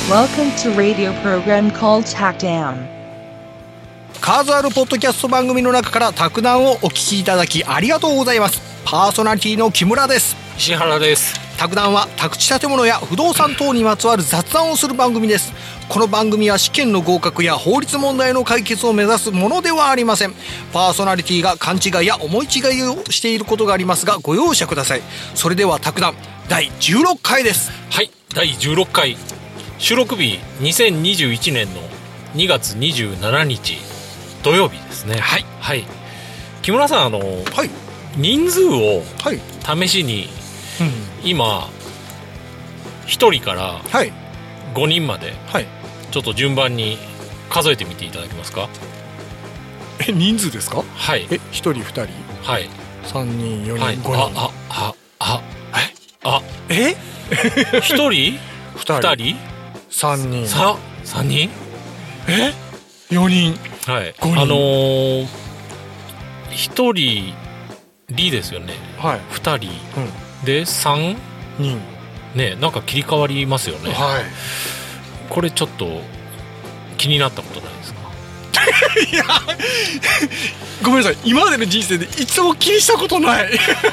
Welcome to radio program called Tackdown. 数あるポッドキャスト番組の中から卓談をお聞きいただきありがとうございます。パーソナリティの木村です。 石原です。 卓談は宅地建物や不動産等にまつわる雑談をする番組です。この番組は試験の合格や法律問題の解決を目指すものではありません。パーソナリティが勘違いや思い違いをしていることがありますがご容赦ください。それでは卓談第16回です。 はい、第16回収録日2021年の2月27日土曜日ですね。 はい、 はい、木村さんはい、 人数をはい試しに、今1人からはい 5人まではいちょっと順番に数えてみていただけますか。 人数ですか。 はい、 1人2人はい、 3人4人、 はい、 5人 1人2人 3人 3人 4人はい 5人 1人リですよね。 はい 2人、で3 人ね、なんか切り替わりますよね。 はいこれちょっと気になったことないですか。 いやごめんなさい、今までの人生でいつも気にしたことない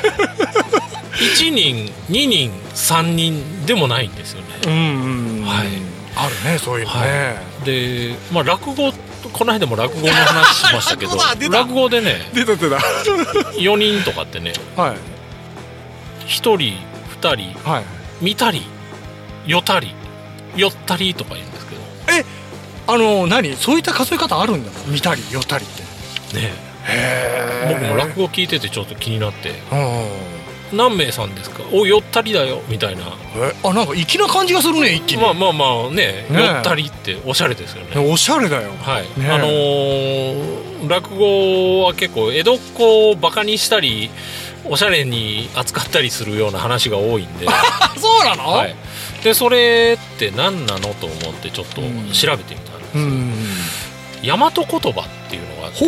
1人2人3人でもないんですよね。はい、 あるね、そういうのね、 はい、で、落語この間も落語の話しましたけど落語でね出た 4人とかってね、 はい、 1人2人、 はい、 見たりよたり寄ったりとか言うんですけど、 何そういった数え方あるんだ。見たり寄ったりってね。 へ僕も落語聞いててちょっと気になって、何名さんですか。お、寄ったりだよみたいな。 なんか粋な感じがするね、一気に。 まあね、寄ったりっておしゃれですよね。 おしゃれだよ。 はい、落語は結構江戸っ子をバカにしたりおしゃれに扱ったりするような話が多いんでそうなの、 はい、でそれって何なのと思ってちょっと調べてみたんです。大和言葉っていうのがあって、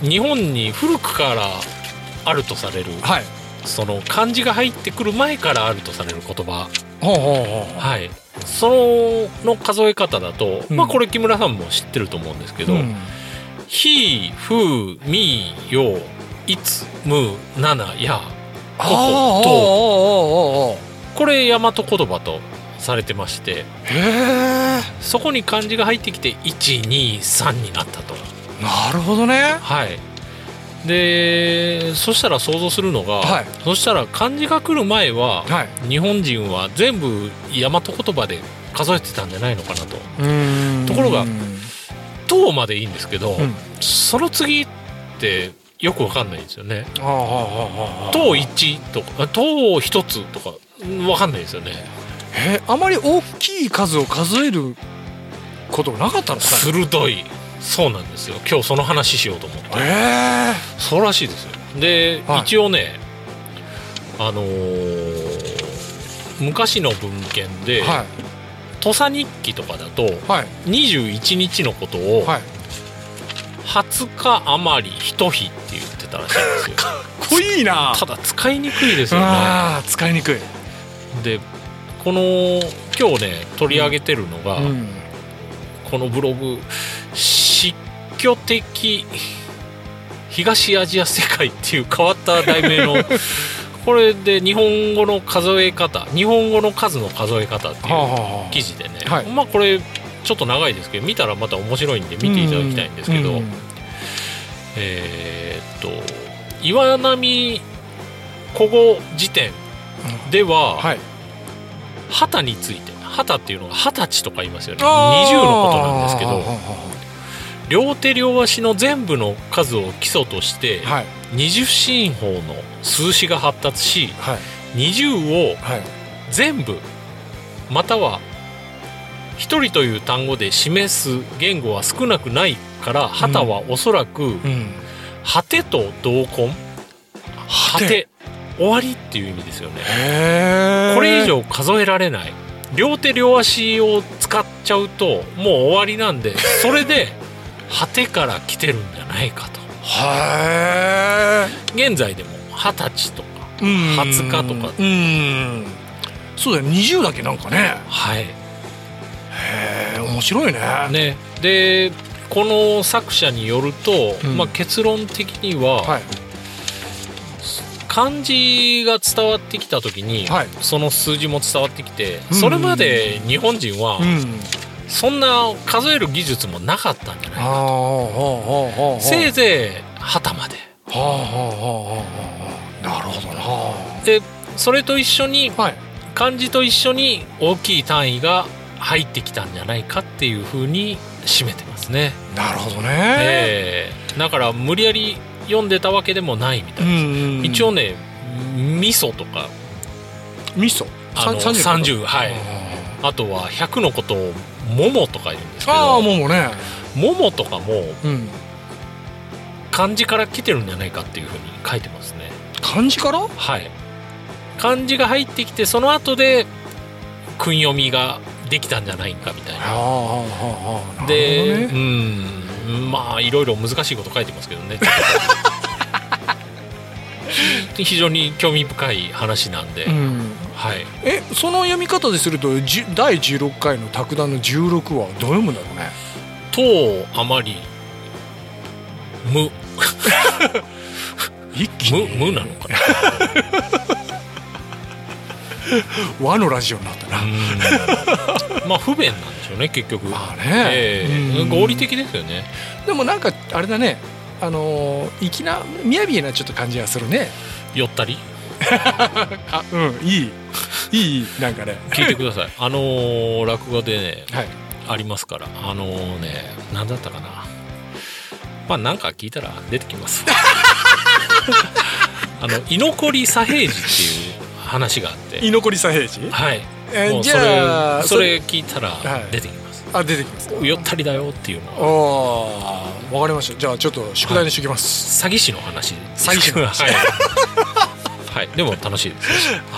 日本に古くからあるとされる、はい、その漢字が入ってくる前からあるとされる言葉、はい、その数え方だと、これ木村さんも知ってると思うんですけど、ひ、ふ、み、よ、いつ、む、なな、や、こと、これ大和言葉とされてまして、そこに漢字が入ってきて1、2、3になったと。 なるほどね。 はい。でそしたら想像するのが、はい、そしたら漢字が来る前は、はい、日本人は全部大和言葉で数えてたんじゃないのかなと。ところが「と」までいいんですけど、その次ってよく分かんないんですよね。「と1」とか「と1つ」とか分かんないですよね。 あまり大きい数を数えることなかったのかな。 鋭い。そうなんですよ。今日その話しようと思って。そうらしいですよ。で、はい、一応ね、昔の文献で、はい、土佐日記とかだと、はい、21日のことを、はい、20日余り一日って言ってたらしいんですよ。 かっこいいな。 ただ使いにくいですよね。 使いにくい。 でこの今日ね取り上げてるのが、このブログ湿居的東アジア世界っていう変わった題名のこれで日本語の数え方、日本語の数の数え方っていう記事でね、これちょっと長いですけど見たらまた面白いんで見ていただきたいんですけど、岩波古語辞典では、旗について、旗っていうのが20歳とか言いますよね。20のことなんですけど、両手両足の全部の数を基礎として、20進法の数詞が発達し、20を全部または1人という単語で示す言語は少なくないから、旗はおそらく果てと同根、果て終わりっていう意味ですよね。これ以上数えられない。両手両足を使っちゃうともう終わりなんで、それで果てから来てるんじゃないかと。現在でも20歳とか20日とか、 そうだよ、20だけなんかね。 はい。 面白いね。 ね、でこの作者によると、結論的には、漢字が伝わってきた時に、その数字も伝わってきて、それまで日本人は、そんな数える技術もなかったんじゃないかと。せいぜい旗まで。 なるほどな。 でそれと一緒に、漢字と一緒に大きい単位が入ってきたんじゃないかっていう風に締めてますね。 なるほどね。 だから無理やり読んでたわけでもないみたいです。一応ね、味噌とか味噌 30、あとは100のことを桃とか言うんですけど、 桃ね、 桃とかも、漢字から来てるんじゃないかっていう風に書いてますね。 漢字から？ 漢字が入ってきて、その後で訓読みができたんじゃないかみたいな。で、まあいろいろ難しいこと書いてますけどね。非常に興味深い話なんで、 その読み方ですると第16回の卓談の16はどう読むんだろうね。 とあまり無一気に無なのかな。 和のラジオになったな。 まあ不便なんでしょうね結局。 まあね、 合理的ですよね。 でもなんかあれだね、粋な雅なちょっと感じがするね。 よったりいいなんかね。 聞いてください。落語でね、ありますから、何だったかな、まあなんか聞いたら出てきます。居残り左平次っていう話があって。 居残り左平次？ もうじゃあそれ聞いたら出てきます。 出てきます。 よったりだよっていうのは。 わかりました。じゃあちょっと宿題にしておきます。 詐欺師の話。 詐欺師の話。 でも楽しいです。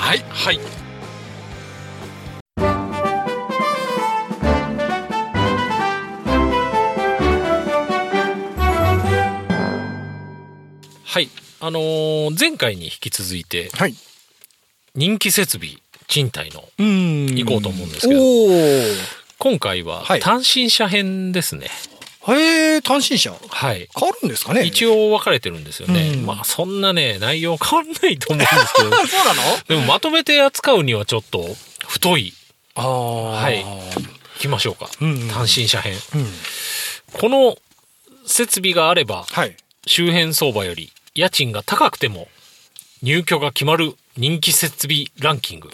前回に引き続いて、人気設備賃貸の行こうと思うんですけど、今回は単身者編ですね。 単身者、変わるんですかね。 一応分かれてるんですよね。まあそんなね内容変わんないと思うんですけど。 そうなの？ でもまとめて扱うにはちょっと太い。行きましょうか。単身者編。この設備があれば、周辺相場より家賃が高くても入居が決まる人気設備ランキング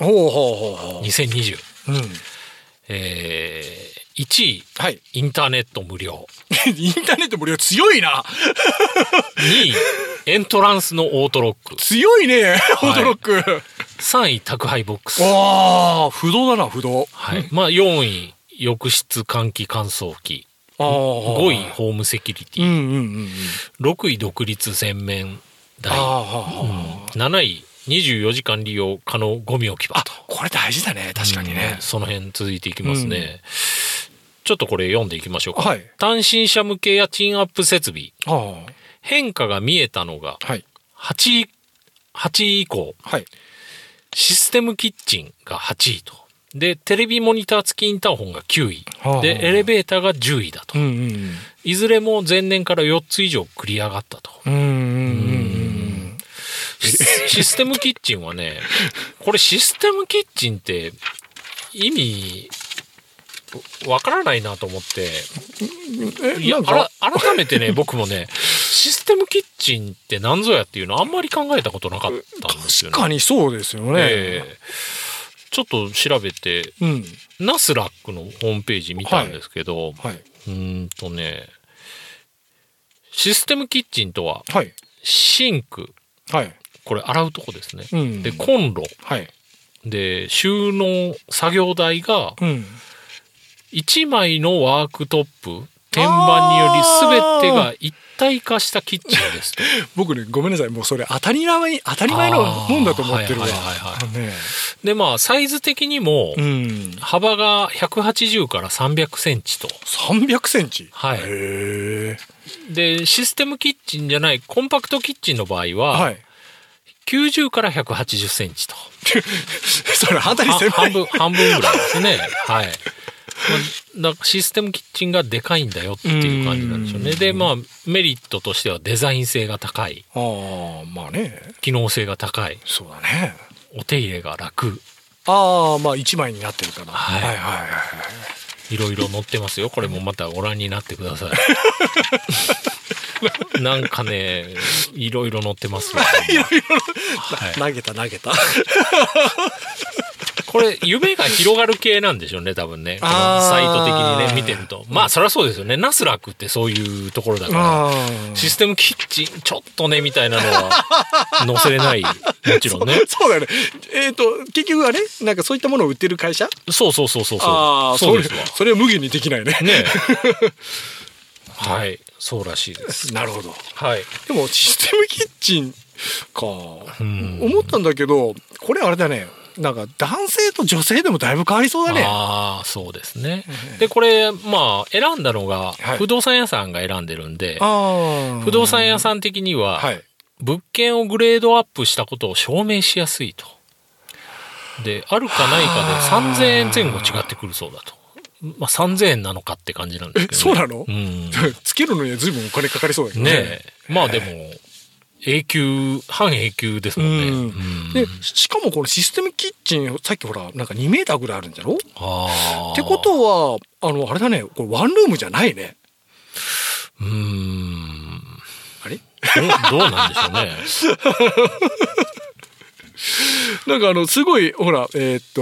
2020。1位、インターネット無料。 インターネット無料強いな。 2位、エントランスのオートロック。 強いね、オートロック。 3位、宅配ボックス。 不動だな、不動。 まあ4位、浴室換気乾燥機。5位、ホームセキュリティ。6位、独立洗面台。7位、24時間利用可能ゴミ置き場と。 これ大事だね、確かにね。 その辺続いていきますね。ちょっとこれ読んでいきましょうか。単身者向け家賃アップ設備。変化が見えたのが8位以降。システムキッチンが8位と。で、テレビモニター付きインターホンが9位。で、エレベーターが10位だと。いずれも前年から4つ以上繰り上がったと。システムキッチンはね、これシステムキッチンって意味わからないなと思って、改めてね僕もねシステムキッチンって何ぞやっていうのあんまり考えたことなかったんですよね。 確かにそうですよね。 ちょっと調べて、ナスラックのホームページ見たんですけど、システムキッチンとは、シンク、これ洗うとこですね。でコンロ、で収納作業台が、1枚のワークトップ天板により全てが一体化したキッチンですと。 僕ねごめんなさい、もうそれ当たり前のもんだと思ってるわ。 でまあサイズ的にも、幅が180から300センチと。 300センチ。 でシステムキッチンじゃないコンパクトキッチンの場合は、90から180センチと。 それ反対に狭い。 半分ぐらいですね。 システムキッチンがでかいんだよっていう感じなんでしょうね。でまあメリットとしてはデザイン性が高い、 まあね、 機能性が高い、 そうだね、 お手入れが楽、 まあ1枚になってるから、はいはいはいはい、 いろいろ載ってますよ。これもまたご覧になってください。なんかね、いろいろ載ってますよ。 いろいろ、投げた。 これ夢が広がる系なんでしょうね、多分ね。このサイト的にね見てると、まあそりゃそうですよね。ナスラクってそういうところだから、システムキッチンちょっとねみたいなのは載せれない。もちろんね。そうだよね。 結局はね、なんかそういったものを売ってる会社。 そう。そうですわ。 それは無限にできないね。 ね。はい、そうらしいです。 なるほど。 はい。 でもシステムキッチンか、思ったんだけど、これあれだね。なんか男性と女性でもだいぶ変わりそうだね。 そうですね。でこれまあ選んだのが不動産屋さんが選んでるんで、不動産屋さん的には物件をグレードアップしたことを証明しやすいと。であるかないかで3000円前後違ってくるそうだと。まあ3000円なのかって感じなんですけど、 そうなの？つけるのには随分お金かかりそうだけどね。 まあでも半永久ですもんね。 でしかもこのシステムキッチン、さっきほらなんか2メーターぐらいあるんじゃろ。ってことはあれだね、これワンルームじゃないね。あれどうなんでしょうね。 なんかすごいほら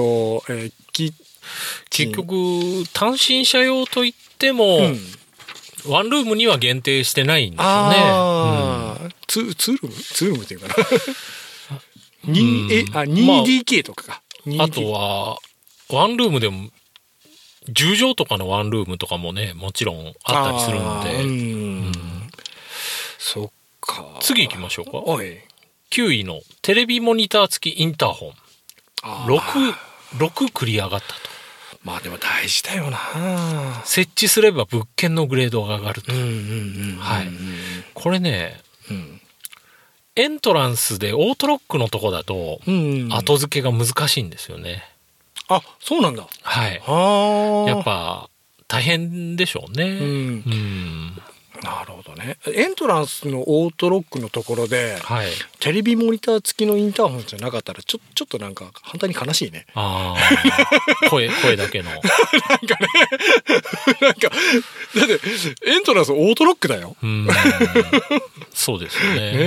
結局単身者用といっても、ワンルームには限定してないんですよね。 ツールームっていうかな。2DK とかか。 あとはワンルームでも10畳とかのワンルームとかもね、もちろんあったりするんで。 そっか。 次行きましょうか。9位のテレビモニター付きインターホン。6クリアがったと。 まあでも大事だよな。 設置すれば物件のグレードが上がると。これね、エントランスでオートロックのとこだと後付けが難しいんですよね。 あ、そうなんだ。 はい。やっぱ大変でしょうね。 なるほどね。エントランスのオートロックのところで、テレビモニター付きのインターホンじゃなかったらちょっとなんか反対に悲しいね。 声だけの。なんかね、 なんかだってエントランスオートロックだよ。 そうですよね。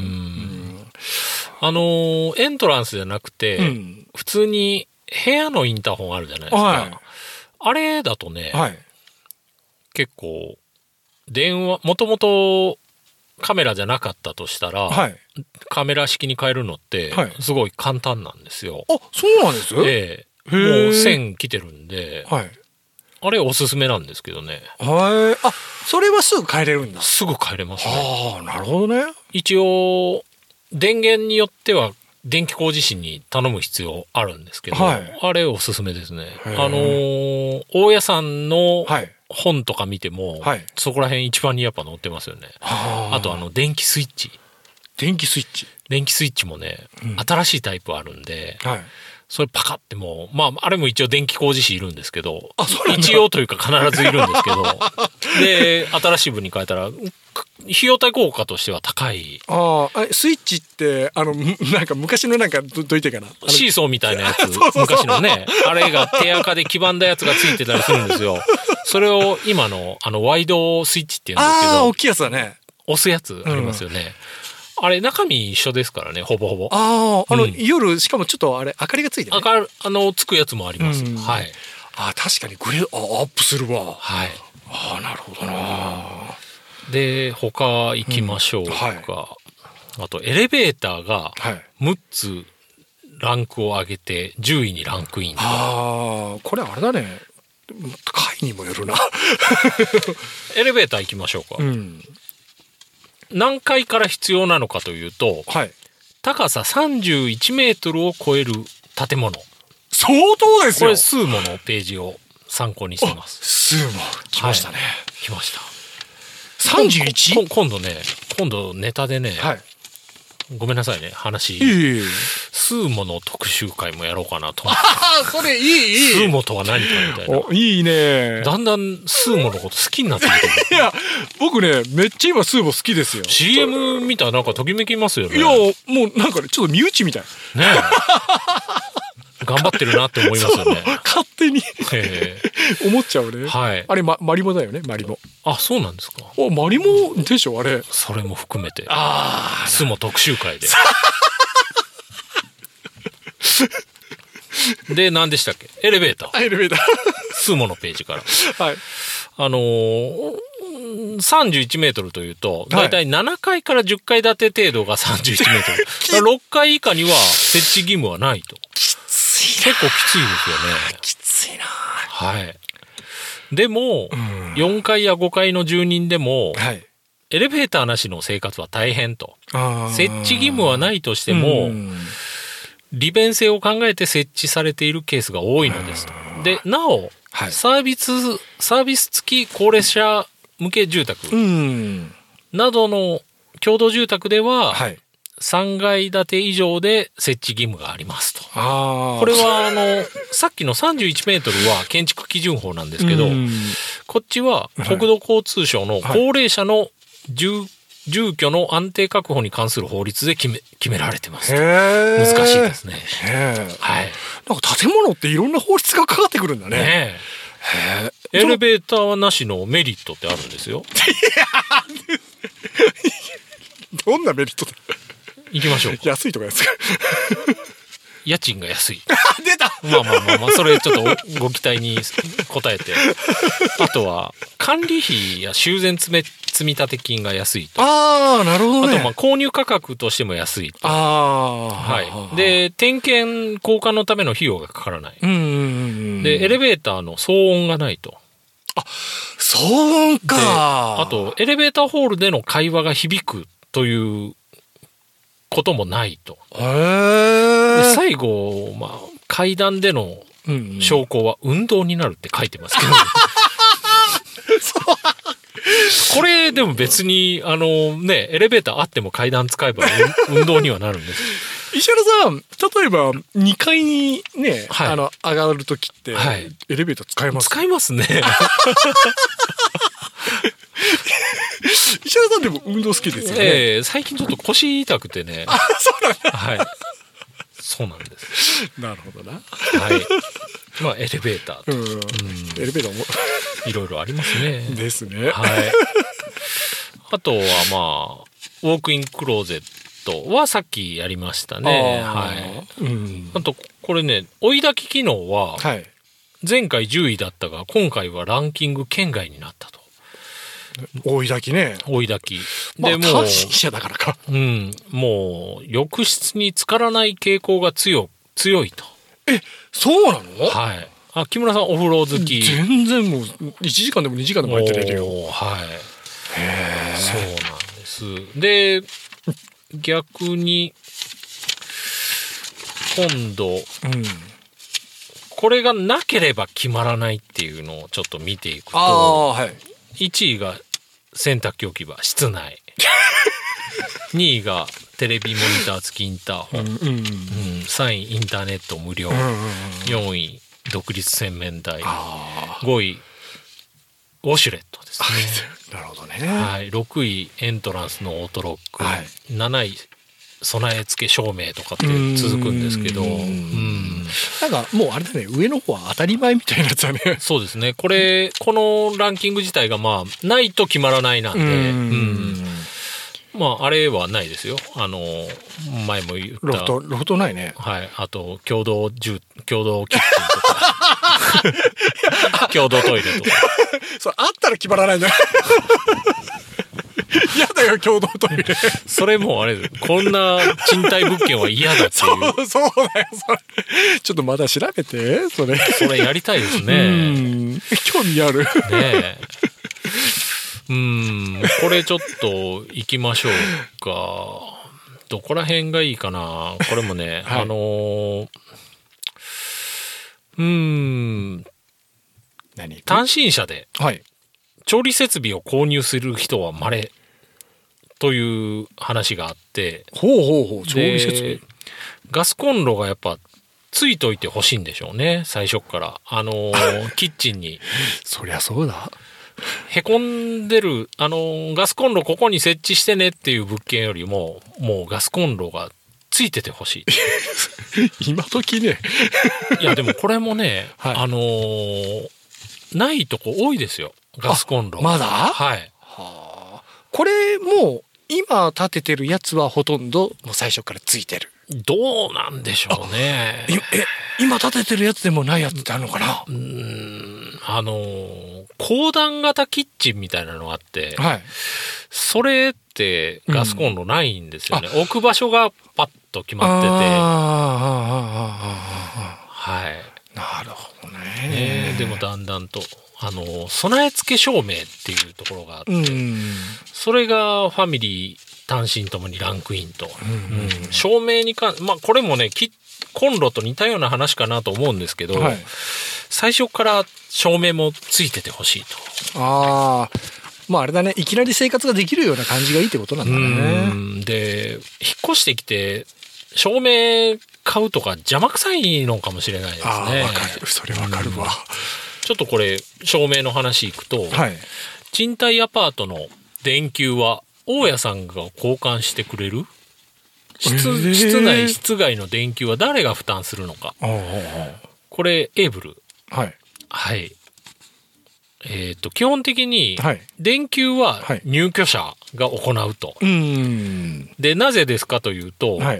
エントランスじゃなくて、普通に部屋のインターホンあるじゃないですか。あれだとね、結構電話、もともとカメラじゃなかったとしたら、カメラ式に変えるのってすごい簡単なんですよ。 あ、そうなんです？ もう線来てるんで、あれおすすめなんですけどね。 それはすぐ変えれるんだ。 すぐ変えれますね。 なるほどね。 一応電源によっては電気工事士に頼む必要あるんですけど、あれおすすめですね。大家さんの本とか見ても、そこら辺一番にやっぱ載ってますよね。あと電気スイッチもね、新しいタイプあるんで、それパカってもう、まああれも一応電気工事士いるんですけど、一応というか必ずいるんですけど、で新しい分に変えたら費用対効果としては高い。 スイッチってなんか昔のなんかどう言ってかな、 シーソーみたいなやつ、昔のね、あれが手垢で黄ばんだやつがついてたりするんですよ。それを今のワイドスイッチって言うんですけど、 大きいやつだね。 押すやつありますよね。あれ中身一緒ですからね、ほぼほぼ。 夜しかもちょっとあれ明かりがついてね。 つくやつもあります。はい。 確かにグレードアップするわ。 はい。 なるほどな。 で他行きましょうか。あとエレベーターが6つランクを上げて10位にランクイン。 これあれだね。階にもよるな。 エレベーター行きましょうか。何階から必要なのかというと、高さ31メートルを超える建物。 相当ですよ。 これスーモのページを参考にしてます。 スーモ来ましたね。 来ました。 31？ 今度ネタでね、 ごめんなさいね話。スーモの特集会もやろうかなと思って。 それいい。 スーモとは何かみたいな。 いいね。 だんだんスーモのこと好きになってきて。 いや僕ねめっちゃ今スーモ好きですよ。 CM 見たらなんかときめきますよね。 いやもうなんかねちょっと身内みたいね頑張ってるなって思いますよね。 勝手に思っちゃうね。 はい。 あれ、マリモだよね、マリモ。 あ、そうなんですか。 マリモでしょあれ。 それも含めて。スモ特集会で。で何でしたっけ？エレベーター。 エレベーター。 スモのページから。 はい。 31メートルというと、だいたい7階から10階建て程度が31メートル。6階以下には設置義務はないと。 きついな。 結構きついですよね。 きついな。 はい。でも、4階や5階の住人でも、はい、エレベーターなしの生活は大変と。設置義務はないとしても、利便性を考えて設置されているケースが多いのですと。で、なお、はい、サービス付き高齢者向け住宅などの共同住宅では、はい、3階建て以上で設置義務がありますと。これはさっきの31メートルは建築基準法なんですけど、こっちは国土交通省の高齢者の住居の安定確保に関する法律で決められてます。難しいですね。はい。 なんか建物っていろんな法律がかかってくるんだね。 エレベーターなしのメリットってあるんですよ。 どんなメリットだ。 行きましょう。 安いとか安い。 家賃が安い。 出た。 まあそれちょっとご期待に応えて。あとは管理費や修繕積立金が安いと。 ああ、なるほどね。 あと購入価格としても安いと。はい。で点検交換のための費用がかからない。でエレベーターの騒音がないと。 あ、騒音か。 あとエレベーターホールでの会話が響くということもないと。で最後、階段での昇降は運動になるって書いてますけど、これでも別にエレベーターあっても階段使えば運動にはなるんです。 石原さん、例えば2階にね、はい、上がるときって、はい、エレベーター使えます？ 使いますね。 石原さんでも運動好きですよね。 最近ちょっと腰痛くてね。 あ、そうなんだ。 はい。そうなんです。 なるほどな。はい。 エレベーターと。 エレベーターもいろいろありますね。 ですね。 はい。あとはウォークインクローゼットはさっきやりましたね。はい。あとこれね、追い焚き機能は前回10位だったが今回はランキング圏外になったと。 追い焚きね。 追い焚き。 でも単身者だからか。 もう浴室に浸からない傾向が強いと。 そうなの？ はい。木村さんお風呂好き。 全然もう1時間でも2時間でも入ってれるよ。 はい。そうなんです。で逆に今度、これがなければ決まらないっていうのをちょっと見ていくと、1位が洗濯機置き場室内、2位がテレビモニター付きインターホン、3位インターネット無料、4位独立洗面台、5位ウォシュレットですね。 なるほどね。 はい、6位エントランスのオートロック、7位備え付け照明とかって続くんですけど、 なんかもうあれだね、上の方は当たり前みたいなやつだね。 そうですね。このランキング自体がないと決まらないなんで、あれはないですよ。前も言ったロフトないね。 はい。あと共同キッチンとか共同トイレとか。 それあったら決まらないんだよ。嫌だよ共同トイレ。 それもあれこんな賃貸物件は嫌だっていう。 そうだよそれ。ちょっとまだ調べてそれやりたいですね。 興味あるね。 これちょっと行きましょうか。どこら辺がいいかな。これもね、単身者で調理設備を購入する人は稀という話があって、 ほう調理設備。 ガスコンロがやっぱついといてほしいんでしょうね、最初からキッチンに。 そりゃそうだ。 へこんでるガスコンロここに設置してねっていう物件よりも、もうガスコンロがついててほしい。 今時ね。 いやでもこれもね、 はい、 ないとこ多いですよ、ガスコンロ。 まだ？ はい。 はあ。これもう今建ててるやつはほとんどもう最初からついてる。 どうなんでしょうね。 今建ててるやつでもないやつってあるのかな？ 高段型キッチンみたいなのがあって、 はい、 それってガスコンロないんですよね。置く場所がパッと決まってて。はい。 なるほどね。 でもだんだんと備え付け照明っていうところがあって、それがファミリー単身ともにランクインと、照明にこれもねコンロと似たような話かなと思うんですけど、はい、最初から照明もついててほしいと。あれだね、いきなり生活ができるような感じがいいってことなんだね。 で引っ越してきて照明買うとか邪魔くさいのかもしれないですね。 わかる、それわかるわ。 ちょっとこれ照明の話いくと、はい、賃貸アパートの電球は大家さんが交換してくれる？室内室外の電球は誰が負担するのか。これエーブル。はい。はい。基本的に電球は入居者が行うと。でなぜですかというと、はい、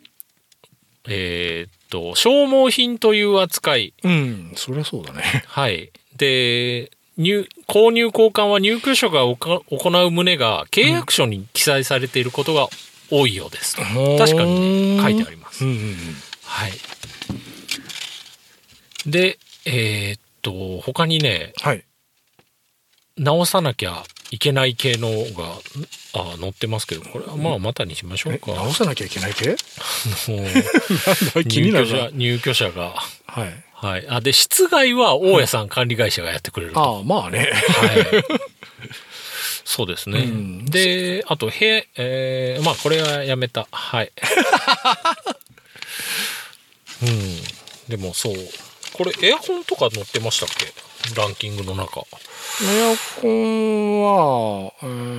消耗品という扱い。 そりゃそうだね。 はい。で購入交換は入居者が行う旨が契約書に記載されていることが多いようです。確かに、ね、書いてあります。はい。で、他にね、はい、直さなきゃいけない系のが載ってますけど、これはまたにしましょうか。 直さなきゃいけない系？ 入居者が。はい。はい。で、室外は大家さん管理会社がやってくれると。 まあね。はい。 そうですね。で、あと、これはやめた。はい。でもそう。これ、エアコンとか載ってましたっけ？ランキングの中。 エアコンは、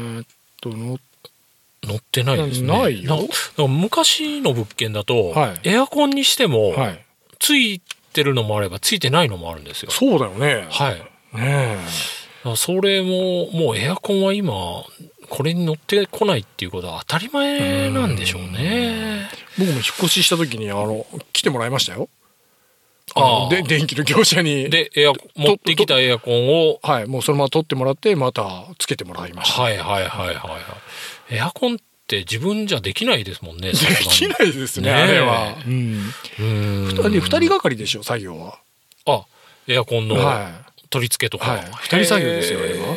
載ってないですね。 ないよ。 昔の物件だと、はい、エアコンにしても、はい、ついてるのもあればついてないのもあるんですよ。 そうだよね。 はい。それももうエアコンは今これに乗ってこないっていうことは当たり前なんでしょうね。 僕も引っ越しした時に来てもらいましたよ。電気の業者にで持ってきたエアコンをはい、もうそのまま取ってもらってまたつけてもらいました。 はい。エアコンって自分じゃできないですもんね。 できないですね、あれは。2人がかりでしょ、作業は。 エアコンの取り付けとか。 2人作業ですよ、あれは。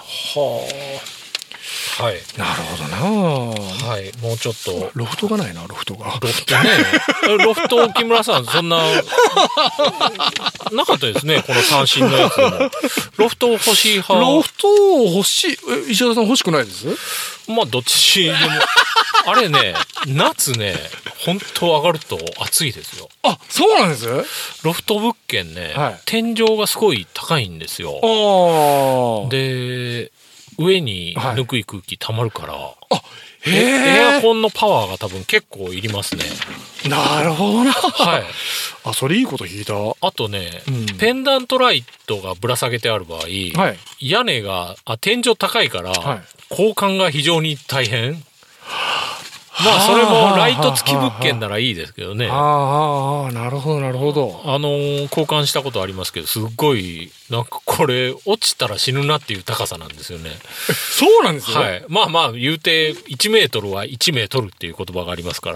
はい。 なるほどな。 はい。もうちょっと。 ロフトがないな、ロフトが。 ロフトね。ロフト、木村さん、そんな、なかったですね、この三振のやつでも。ロフト欲しい派。 ロフト欲しい。石田さん欲しくないです？ どっちでも。あれね、夏ね、本当上がると暑いですよ。 そうなんです？ ロフト物件ね、はい、天井がすごい高いんですよ。で、上にぬくい空気溜まるから、エアコンのパワーが多分結構いりますね。 なるほどな。はい。それいいこと聞いた。 あとね、ペンダントライトがぶら下げてある場合、屋根が天井高いから、交換が非常に大変。それもライト付き物件ならいいですけどね。 なるほどなるほど。 交換したことありますけど、すっごいなんかこれ落ちたら死ぬなっていう高さなんですよね。 そうなんですよ。 はい。言うて1メートルは1メートルっていう言葉がありますから。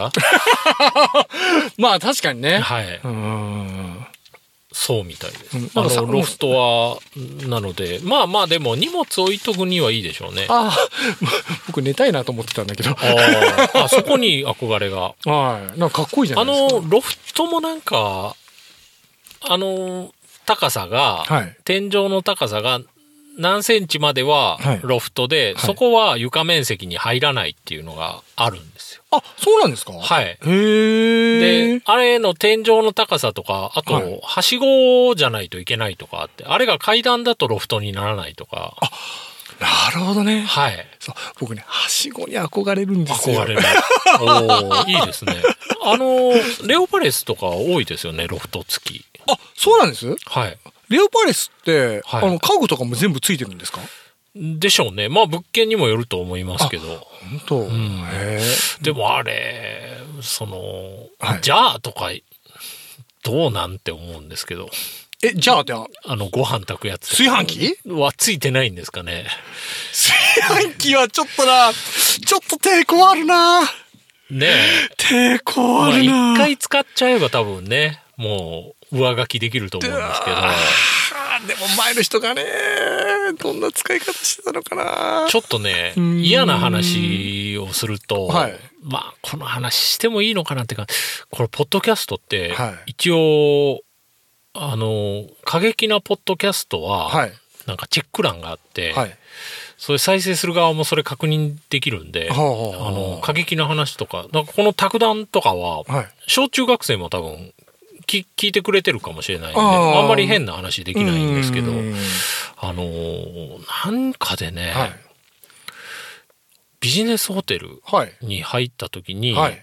確かにね。 はい。そうみたいです。ロフトはなのででも荷物置いとくにはいいでしょうね。 僕寝たいなと思ってたんだけど。 そこに憧れが。 なんかかっこいいじゃないですか。 ロフトもなんか高さが、天井の高さが何センチまでははいロフトで、そこは床面積に入らないっていうのがあるんですよ。 あ、そうなんですか？ はい。 へえ。 で、あれの天井の高さとか、あと、はしごじゃないといけないとかあって、あれが階段だとロフトにならないとか。 なるほどね。 はい。 そう、僕ね、はしごに憧れるんですよ。 憧れる。おいいですね。レオパレスとか多いですよね、ロフト付き。 あ、そうなんです？ はい。 レオパレスって、 はい、 家具とかも全部ついてるんですか？ でしょうね。まあ物件にもよると思いますけど。 本当。うん、 でもあれ、 はい、 じゃあとか、どうなんて思うんですけど。 じゃあって、 ご飯炊くやつ。 炊飯器はついてないんですかね。 炊飯器はちょっと抵抗あるな。 ねえ。 抵抗あるな。 一回使っちゃえば多分ね、もう上書きできると思うんですけど。 でも前の人がね、どんな使い方してたのかな。 ちょっとね、嫌な話をすると、 はい、 まあ、この話してもいいのかなってか、これ、ポッドキャストって、 はい、 一応、過激なポッドキャストは、 はい、 なんかチェック欄があって、 はい、 それ再生する側もそれ確認できるんで、過激な話とか、なんかこの卓談とかは、 はい、 小中学生も多分、聞いてくれてるかもしれないんで、あんまり変な話できないんですけど、なんかでね、 はい、 ビジネスホテルに入った時に、 はい、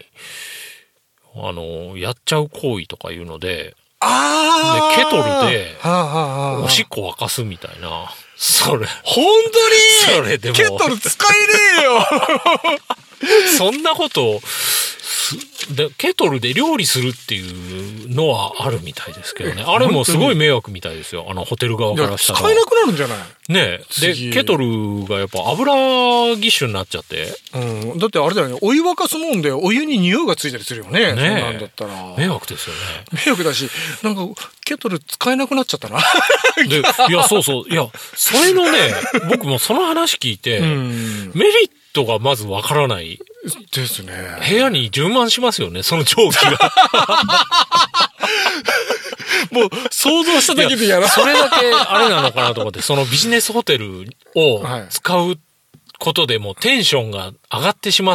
やっちゃう行為とかいうので、ケトルでおしっこ沸かすみたいな、それ本当にそれでもケトル使えねえよそんなことでケトルで料理するっていうのはあるみたいですけどね。あれもすごい迷惑みたいですよ。ホテル側からしたら。 使えなくなるんじゃない？ ねえ。で、ケトルがやっぱ油ぎっしゅになっちゃって。 うん。だってあれだよね。お湯沸かすもんでお湯に匂いがついたりするよね。 ねえ。 そんなんだったら。 迷惑ですよね。 迷惑だし、なんかケトル使えなくなっちゃったな。 で、いや、そうそう。いや、それのね、僕もその話聞いて、メリットがまずわからない。 ですね。 部屋に充満しますよね、その蒸気が。 もう想像しただけでやらそれだけあれなのかなと思って、そのビジネスホテルを使うことでもうテンションが上がってしまって、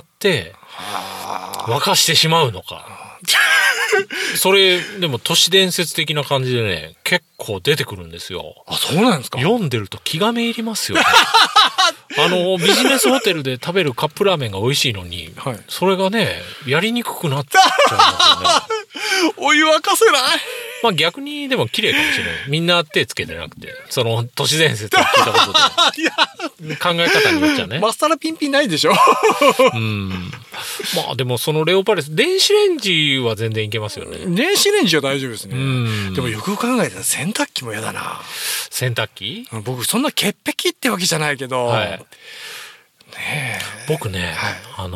沸かしてしまうのか。それ、でも都市伝説的な感じでね、結構出てくるんですよ。 あ、そうなんですか？ 読んでると気がめ入りますよね。ビジネスホテルで食べるカップラーメンが美味しいのに、はい、それがね、やりにくくなっちゃいますよね。 お湯沸かせない？ まあ逆にでも綺麗かもしれない。みんな手つけてなくて、その都市伝説を聞いたことで。いや考え方によっちゃね。 マスタラピンピンないでしょ。 まあでもそのレオパレス、電子レンジは全然いけますよね。 電子レンジは大丈夫ですね。でもよく考えたら洗濯機も嫌だな。 洗濯機？ 僕そんな潔癖ってわけじゃないけど。はい、ねえ。僕ね、はい、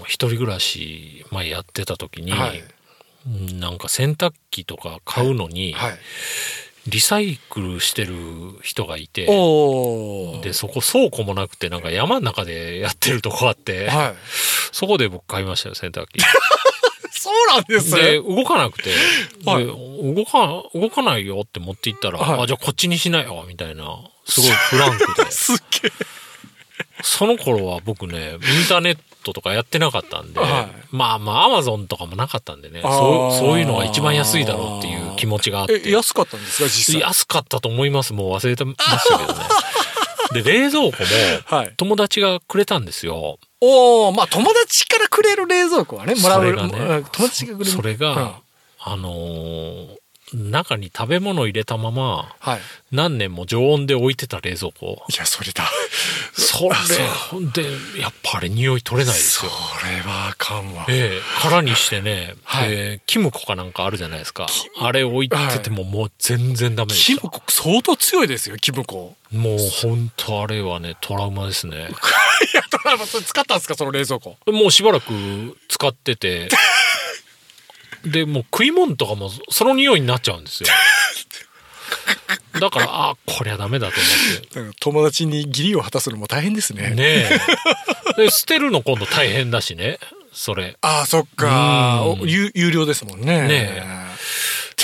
一人暮らし前やってた時に、はい、なんか洗濯機とか買うのに、はいはい、リサイクルしてる人がいて、でそこ倉庫もなくてなんか山の中でやってるとこあって、はい、そこで僕買いましたよ、洗濯機。 そうなんですね。 で動かなくて、はい、動かないよって持って行ったら、はい、じゃあこっちにしなよみたいな、すごいフランクで。 すっげえ。 その頃は僕ね、インターネットとかやってなかったんで、はい、まあアマゾンとかもなかったんでね、そういうのが一番安いだろうっていう気持ちがあって。 安かったんですか、実際？ 安かったと思います。もう忘れてましたけどね。で、冷蔵庫も友達がくれたんですよ。 まあ友達からくれる冷蔵庫はね、もらう。 それがね、 友達がくれる。 それが、中に食べ物入れたまま、はい、何年も常温で置いてた冷蔵庫。 いや、それだ。 それ、ほんで、やっぱあれ匂い取れないですよ。 それはあかんわ。 空にしてね、はい、キムコかなんかあるじゃないですか。あれ置いててももう全然ダメでした。 キムコ相当強いですよ、キムコ。 もうほんとあれはね、トラウマですね。いや、トラウマ、それ使ったんですか、その冷蔵庫？ もうしばらく使ってて、でもう食い物とかもその匂いになっちゃうんですよ。だからこりゃダメだと思って。 友達に義理を果たすのも大変ですね。 ねえ。で捨てるの今度大変だしね。それ。 そっか。有料ですもんね。 ねえ。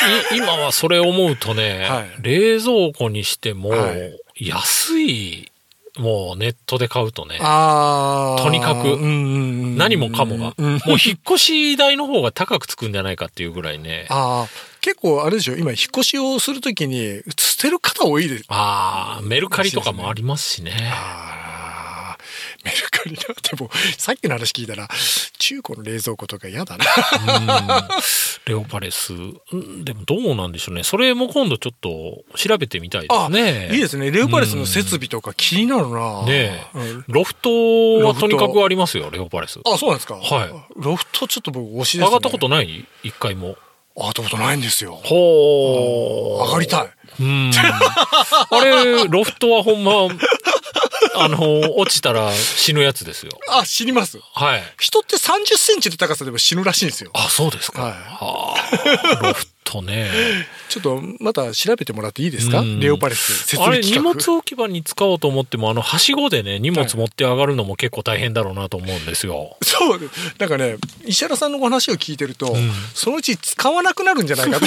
今はそれ思うとね、はい、冷蔵庫にしても、安い、もうネットで買うとね、とにかく何もかもが、もう引っ越し代の方が高くつくんじゃないかっていうぐらいね。 結構あれでしょ、今引っ越しをするときに捨てる方多いです。 メルカリとかもありますしね。 メルカリだってもさっきの話聞いたら中古の冷蔵庫とか嫌だな。 レオパレスでもどうなんでしょうね。それも今度ちょっと調べてみたいですね。 いいですね。レオパレスの設備とか気になるな。 ねえ、ロフトはとにかくありますよ、レオパレス。 そうなんですか。はい。ロフトちょっと僕推しですね。 上がったことない？一回も。 上がったことないんですよ。 上がりたい。 あれロフトはほんま落ちたら死ぬやつですよ。 死にます。 はい。 人って30センチの高さでも死ぬらしいんですよ。 そうですか。ロフトね。 ちょっとまた調べてもらっていいですか？レオパレス設備企画。 あれ荷物置き場に使おうと思ってもはしごでね荷物持って上がるのも結構大変だろうなと思うんですよ。 そうなんかね、石原さんのお話を聞いてると、そのうち使わなくなるんじゃないかって。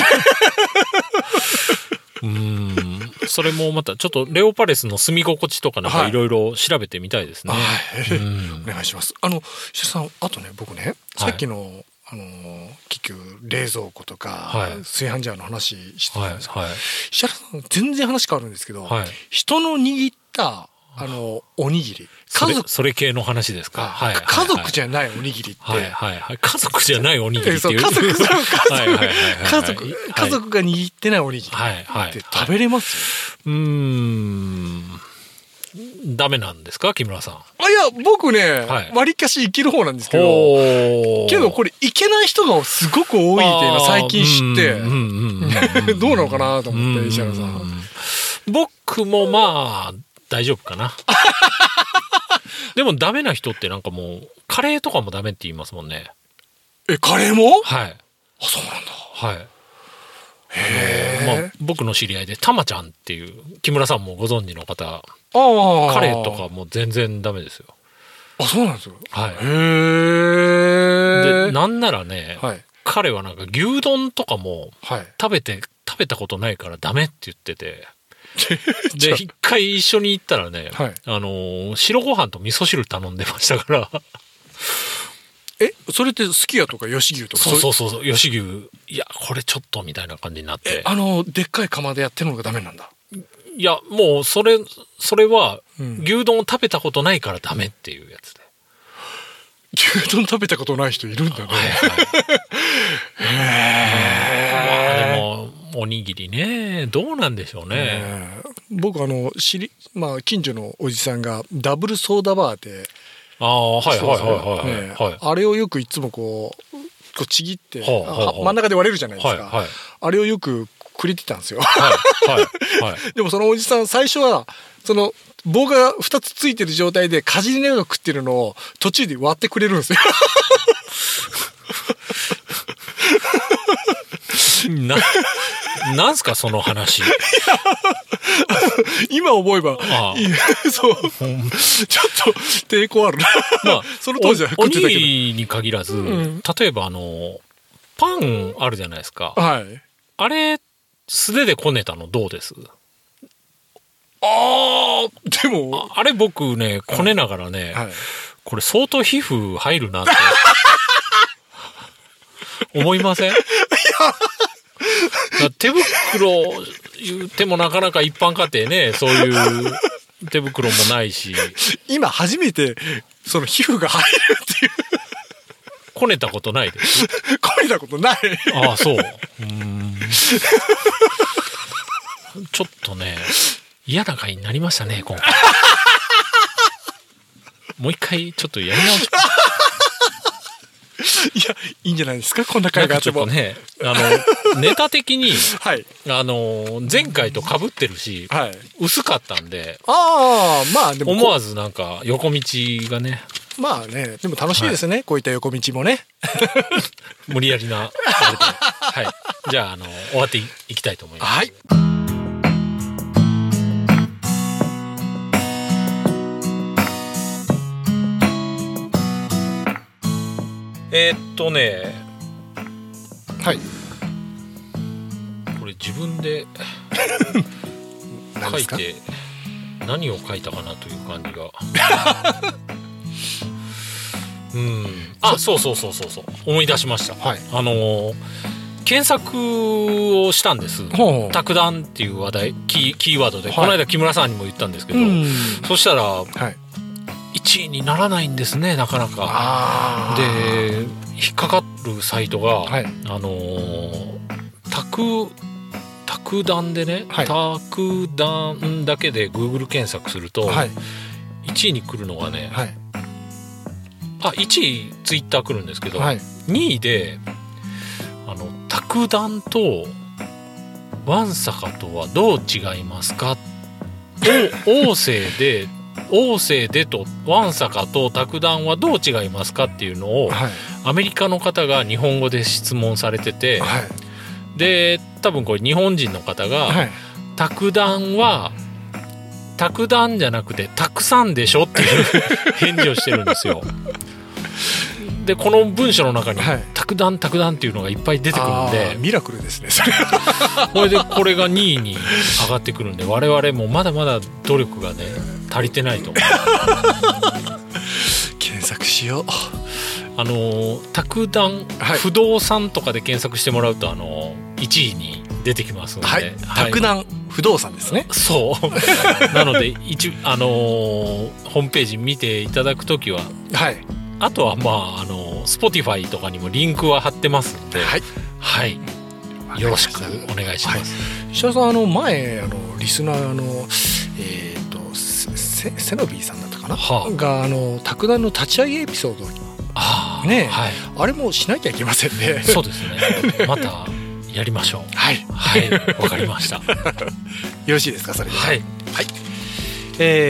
それもまたちょっとレオパレスの住み心地とかなんかいろいろ調べてみたいですね。 お願いします。石原さん、あとね、僕ね、さっきの結局冷蔵庫とか炊飯ジャーの話してたんですけど、石原さん全然話変わるんですけど、人の握ったおにぎり、 それ系の話ですか？ 家族じゃないおにぎりって、 家族じゃないおにぎりっていう、 家族が握ってないおにぎりって食べれます？ ダメなんですか、木村さん？ いや、僕ね、割かしいける方なんですけどこれいけない人がすごく多いっていうのは最近知ってどうなのかなと思って、石原さん。 僕もまあ大丈夫かな。でもダメな人ってなんかもうカレーとかもダメって言いますもんね。 カレーも？ はい。 そうなんだ。 はい。僕の知り合いでたまちゃんっていう木村さんもご存知の方、カレーとかも全然ダメですよ。 そうなんですよ。 はい。でなんならね、彼はなんか牛丼とかも食べたことないからダメって言ってて。で一回一緒に行ったらね、白ご飯と味噌汁頼んでましたから。 それってすき家とか吉牛とか？ そう吉牛、いやこれちょっとみたいな感じになって、 でっかい釜でやってるのがダメなんだ。 いやもうそれは牛丼を食べたことないからダメっていうやつで。 牛丼食べたことない人いるんだね。 でもおにぎりね、どうなんでしょうね。 僕近所のおじさんがダブルソーダバーで、あれをよくいつもこうちぎって真ん中で割れるじゃないですか。あれをよくくれてたんですよ。でもそのおじさん最初はその棒が2つついてる状態でかじりながら食ってるのを途中で割ってくれるんですよ。 なんすかその話。 今思えばそうちょっと抵抗あるな。その当時は食ってたけど、 おにぎりに限らず、例えばパンあるじゃないですか。あれ素手でこねたのどうです？ でもあれ僕ねこねながらね、これ相当皮膚入るなって思いません？手袋言ってもなかなか一般家庭ね、そういう手袋もないし。 今初めてその皮膚が入るっていう。 こねたことないです。 こねたことない。 そう。ちょっとね嫌な回になりましたね今回。もう一回ちょっとやり直し。 いや、いいんじゃないですか、こんな回があっても。 ね、ネタ的に、前回と被ってるし、薄かったんで、でも思わずなんか横道がね。 でも楽しいですね、こういった横道もね。 無理やりなあれで、じゃあ終わっていきたいと思います。 自分で書いて何を書いたかなという感じがそう思い出しました、はい、検索をしたんです。卓談っていう話題キーワードで、はい、この間木村さんにも言ったんですけど、そしたら、はい、1位にならないんですね、なかなか。で引っかかるサイトが、はい、卓談でね、はい、卓談だけで Google 検索すると、はい、1位に来るのがね、はい、1位ツイッター来るんですけど、はい、2位で卓談とワンサカとはどう違いますか王政でとワンサカと卓談はどう違いますかっていうのを、はい、アメリカの方が日本語で質問されてて、はい、で多分これ日本人の方が、はい、卓談は卓談じゃなくてたくさんでしょっていう返事をしてるんですよ。でこの文章の中に卓談っていうのがいっぱい出てくるんで、 ミラクルですねそれこれでこれが2位に上がってくるんで、我々もまだまだ努力がね足りてないと思う検索しよう。 卓談、はい、不動産とかで検索してもらうと1位に出てきますので、はい、 卓談不動産ですね。 そうなのでホームページ見ていただくときは、はい、あとはSpotify とかにもリンクは貼ってますんで、はい、はい、よろしくお願いします。 石田さん前リスナーセノビーさんだったかな、が卓談の立ち上げエピソードね、はい、あれもしなきゃいけませんね。 そうですね。またやりましょう。はいはい、わかりました。よろしいですかそれで。 はいはい。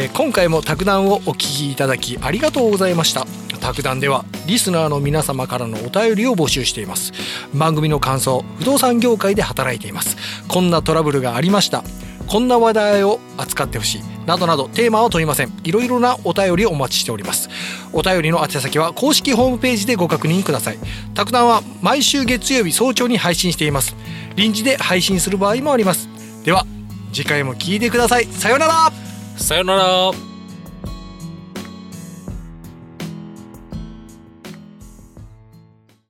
今回も卓談をお聞きいただきありがとうございました。卓談ではリスナーの皆様からのお便りを募集しています。番組の感想、不動産業界で働いています、こんなトラブルがありました、こんな話題を扱ってほしいなどなどテーマは問いません。いろいろなお便りをお待ちしております。お便りの宛先は公式ホームページでご確認ください。卓談は毎週月曜日早朝に配信しています。臨時で配信する場合もあります。では次回も聞いてください。さようなら。 さようなら。